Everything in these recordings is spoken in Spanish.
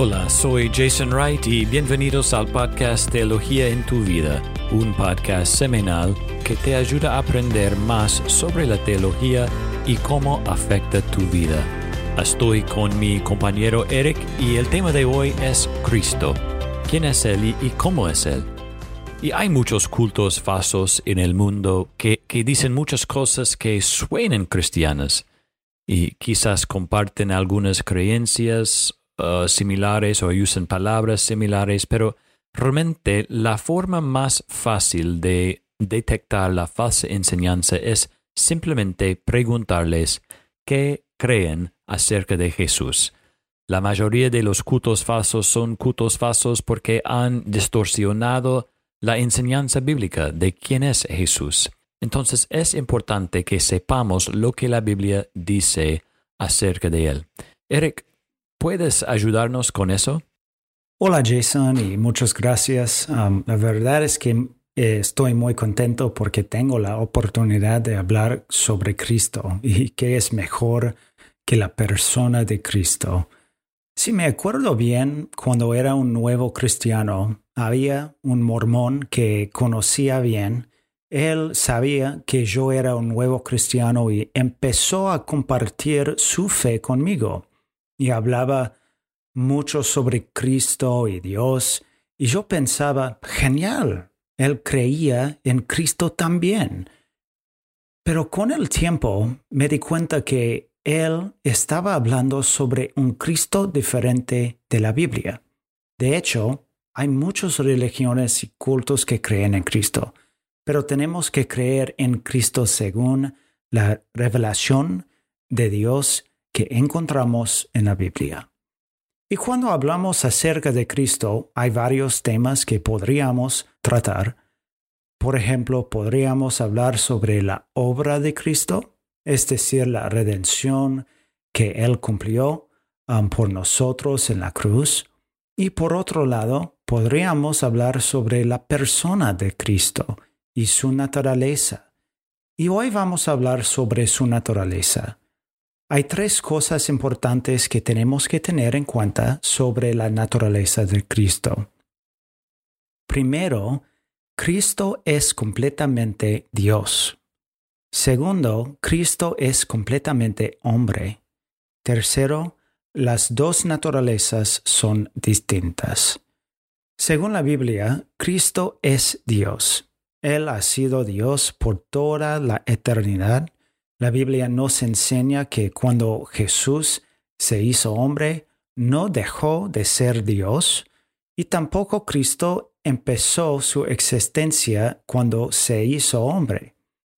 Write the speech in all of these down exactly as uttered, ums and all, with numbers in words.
Hola, soy Jason Wright y bienvenidos al podcast Teología en tu Vida, un podcast semanal que te ayuda a aprender más sobre la teología y cómo afecta tu vida. Estoy con mi compañero Eric y el tema de hoy es Cristo. ¿Quién es Él y, y cómo es Él? Y hay muchos cultos falsos en el mundo que, que dicen muchas cosas que suenan cristianas y quizás comparten algunas creencias uh, similares o usan palabras similares, pero realmente la forma más fácil de detectar la falsa enseñanza es simplemente preguntarles qué creen acerca de Jesús. La mayoría de los cultos falsos son cultos falsos porque han distorsionado la enseñanza bíblica de quién es Jesús. Entonces es importante que sepamos lo que la Biblia dice acerca de Él. Eric, ¿puedes ayudarnos con eso? Hola Jason y muchas gracias. Um, la verdad es que eh, estoy muy contento porque tengo la oportunidad de hablar sobre Cristo y qué es mejor que la persona de Cristo. Si me acuerdo bien, cuando era un nuevo cristiano, había un mormón que conocía bien. Él sabía que yo era un nuevo cristiano y empezó a compartir su fe conmigo. Y hablaba mucho sobre Cristo y Dios. Y yo pensaba, genial, él creía en Cristo también. Pero con el tiempo me di cuenta que él estaba hablando sobre un Cristo diferente de la Biblia. De hecho, hay muchas religiones y cultos que creen en Cristo, pero tenemos que creer en Cristo según la revelación de Dios que encontramos en la Biblia. Y cuando hablamos acerca de Cristo, hay varios temas que podríamos tratar. Por ejemplo, podríamos hablar sobre la obra de Cristo, es decir, la redención que Él cumplió um, por nosotros en la cruz. Y por otro lado, podríamos hablar sobre la persona de Cristo y su naturaleza. Y hoy vamos a hablar sobre su naturaleza. Hay tres cosas importantes que tenemos que tener en cuenta sobre la naturaleza de Cristo. Primero, Cristo es completamente Dios. Segundo, Cristo es completamente hombre. Tercero, las dos naturalezas son distintas. Según la Biblia, Cristo es Dios. Él ha sido Dios por toda la eternidad. La Biblia nos enseña que cuando Jesús se hizo hombre, no dejó de ser Dios, y tampoco Cristo empezó su existencia cuando se hizo hombre.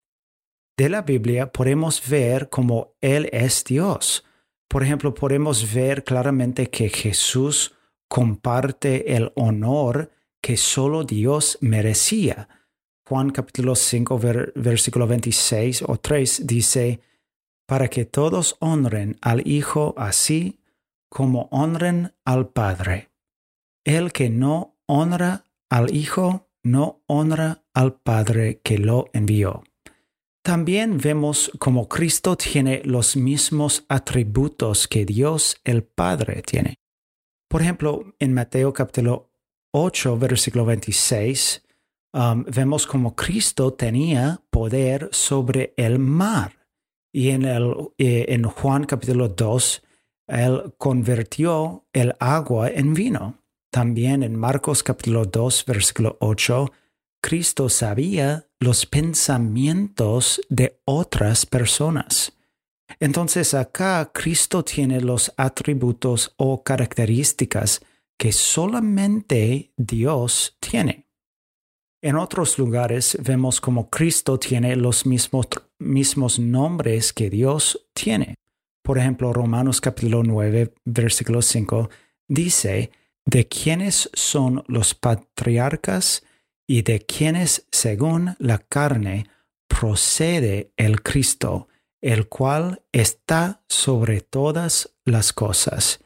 De la Biblia podemos ver cómo Él es Dios. Por ejemplo, podemos ver claramente que Jesús comparte el honor que solo Dios merecía. Juan capítulo cinco, ver, versículo veintiséis o tres dice, para que todos honren al Hijo así como honren al Padre. El que no honra al Hijo, no honra al Padre que lo envió. También vemos cómo Cristo tiene los mismos atributos que Dios el Padre tiene. Por ejemplo, en Mateo capítulo ocho, versículo veintiséis, um, vemos cómo Cristo tenía poder sobre el mar. Y en, el, eh, en Juan capítulo dos, Él convirtió el agua en vino. También en Marcos capítulo dos, versículo ocho, Cristo sabía los pensamientos de otras personas. Entonces acá Cristo tiene los atributos o características que solamente Dios tiene. En otros lugares vemos como Cristo tiene los mismos, mismos nombres que Dios tiene. Por ejemplo, Romanos capítulo nueve, versículo cinco, dice, de quienes son los patriarcas y de quienes, según la carne, procede el Cristo, el cual está sobre todas las cosas.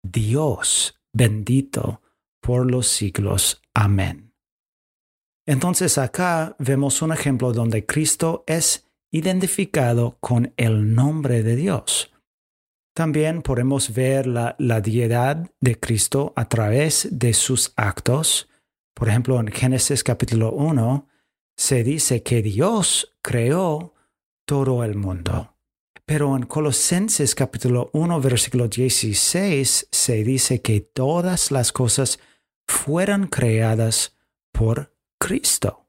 Dios bendito por los siglos. Amén. Entonces acá vemos un ejemplo donde Cristo es identificado con el nombre de Dios. También podemos ver la, la deidad de Cristo a través de sus actos. Por ejemplo, en Génesis capítulo uno se dice que Dios creó todo el mundo. Pero en Colosenses capítulo uno, versículo dieciséis, se dice que todas las cosas fueron creadas por Cristo.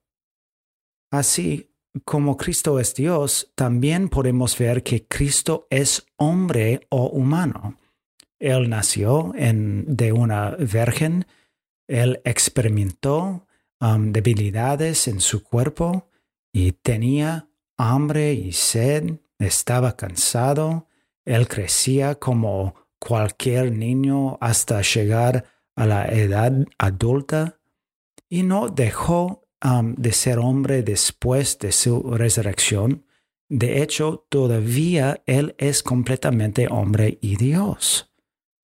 Así como Cristo es Dios, también podemos ver que Cristo es hombre o humano. Él nació en, de una virgen, él experimentó um, debilidades en su cuerpo y tenía hambre y sed, estaba cansado, él crecía como cualquier niño hasta llegar a la edad adulta y no dejó um, de ser hombre después de su resurrección. De hecho, todavía él es completamente hombre y Dios.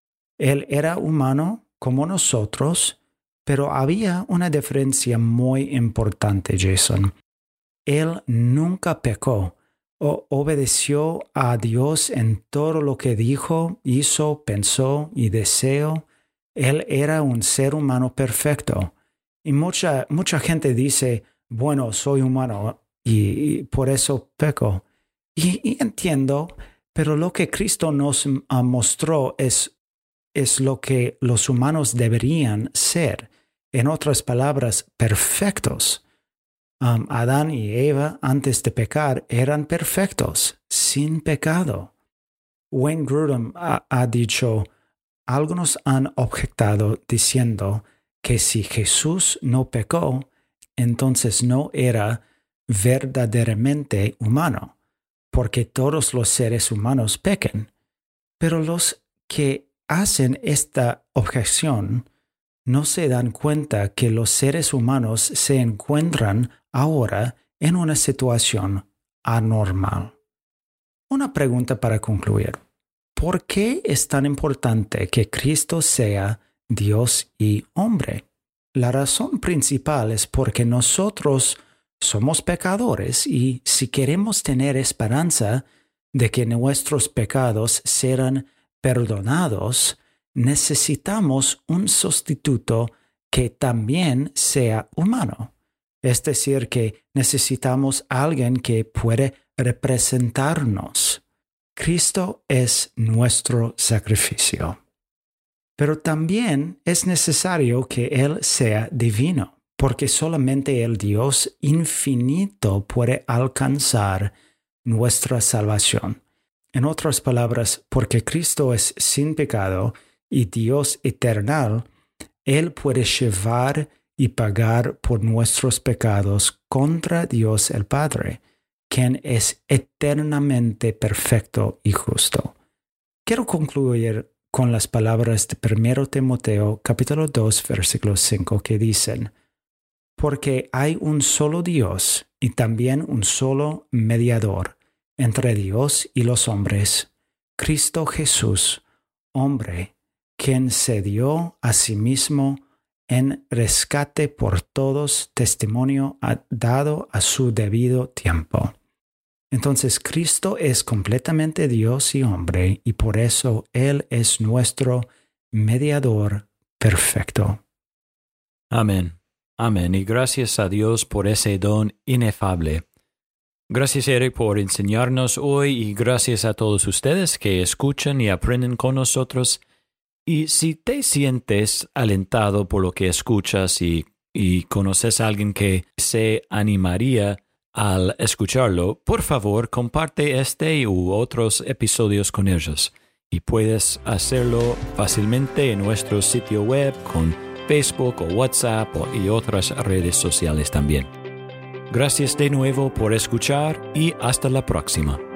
Él era humano como nosotros, pero había una diferencia muy importante, Jason. Él nunca pecó o obedeció a Dios en todo lo que dijo, hizo, pensó y deseó. Él era un ser humano perfecto. Y mucha, mucha gente dice, bueno, soy humano y, y por eso peco. Y, y entiendo, pero lo que Cristo nos uh, mostró es, es lo que los humanos deberían ser. En otras palabras, perfectos. Um, Adán y Eva, antes de pecar, eran perfectos, sin pecado. Wayne Grudem ha, ha dicho, algunos han objetado diciendo que si Jesús no pecó, entonces no era verdaderamente humano, porque todos los seres humanos pecan. Pero los que hacen esta objeción no se dan cuenta que los seres humanos se encuentran ahora en una situación anormal. Una pregunta para concluir. ¿Por qué es tan importante que Cristo sea Dios y hombre? La razón principal es porque nosotros somos pecadores y si queremos tener esperanza de que nuestros pecados serán perdonados, necesitamos un sustituto que también sea humano. Es decir, que necesitamos a alguien que puede representarnos. Cristo es nuestro sacrificio. Pero también es necesario que Él sea divino, porque solamente el Dios infinito puede alcanzar nuestra salvación. En otras palabras, porque Cristo es sin pecado y Dios eternal, Él puede llevar y pagar por nuestros pecados contra Dios el Padre, quien es eternamente perfecto y justo. Quiero concluir con las palabras de primero Timoteo capítulo dos versículo cinco que dicen, porque hay un solo Dios y también un solo mediador entre Dios y los hombres, Cristo Jesús, hombre, quien se dio a sí mismo en rescate por todos, testimonio dado a su debido tiempo. Entonces Cristo es completamente Dios y hombre y por eso Él es nuestro mediador perfecto. Amén. Amén. Y gracias a Dios por ese don inefable. Gracias, Eric, por enseñarnos hoy y gracias a todos ustedes que escuchan y aprenden con nosotros. Y si te sientes alentado por lo que escuchas y, y conoces a alguien que se animaría al escucharlo, por favor, comparte este u otros episodios con ellos. Y puedes hacerlo fácilmente en nuestro sitio web con Facebook o WhatsApp y otras redes sociales también. Gracias de nuevo por escuchar y hasta la próxima.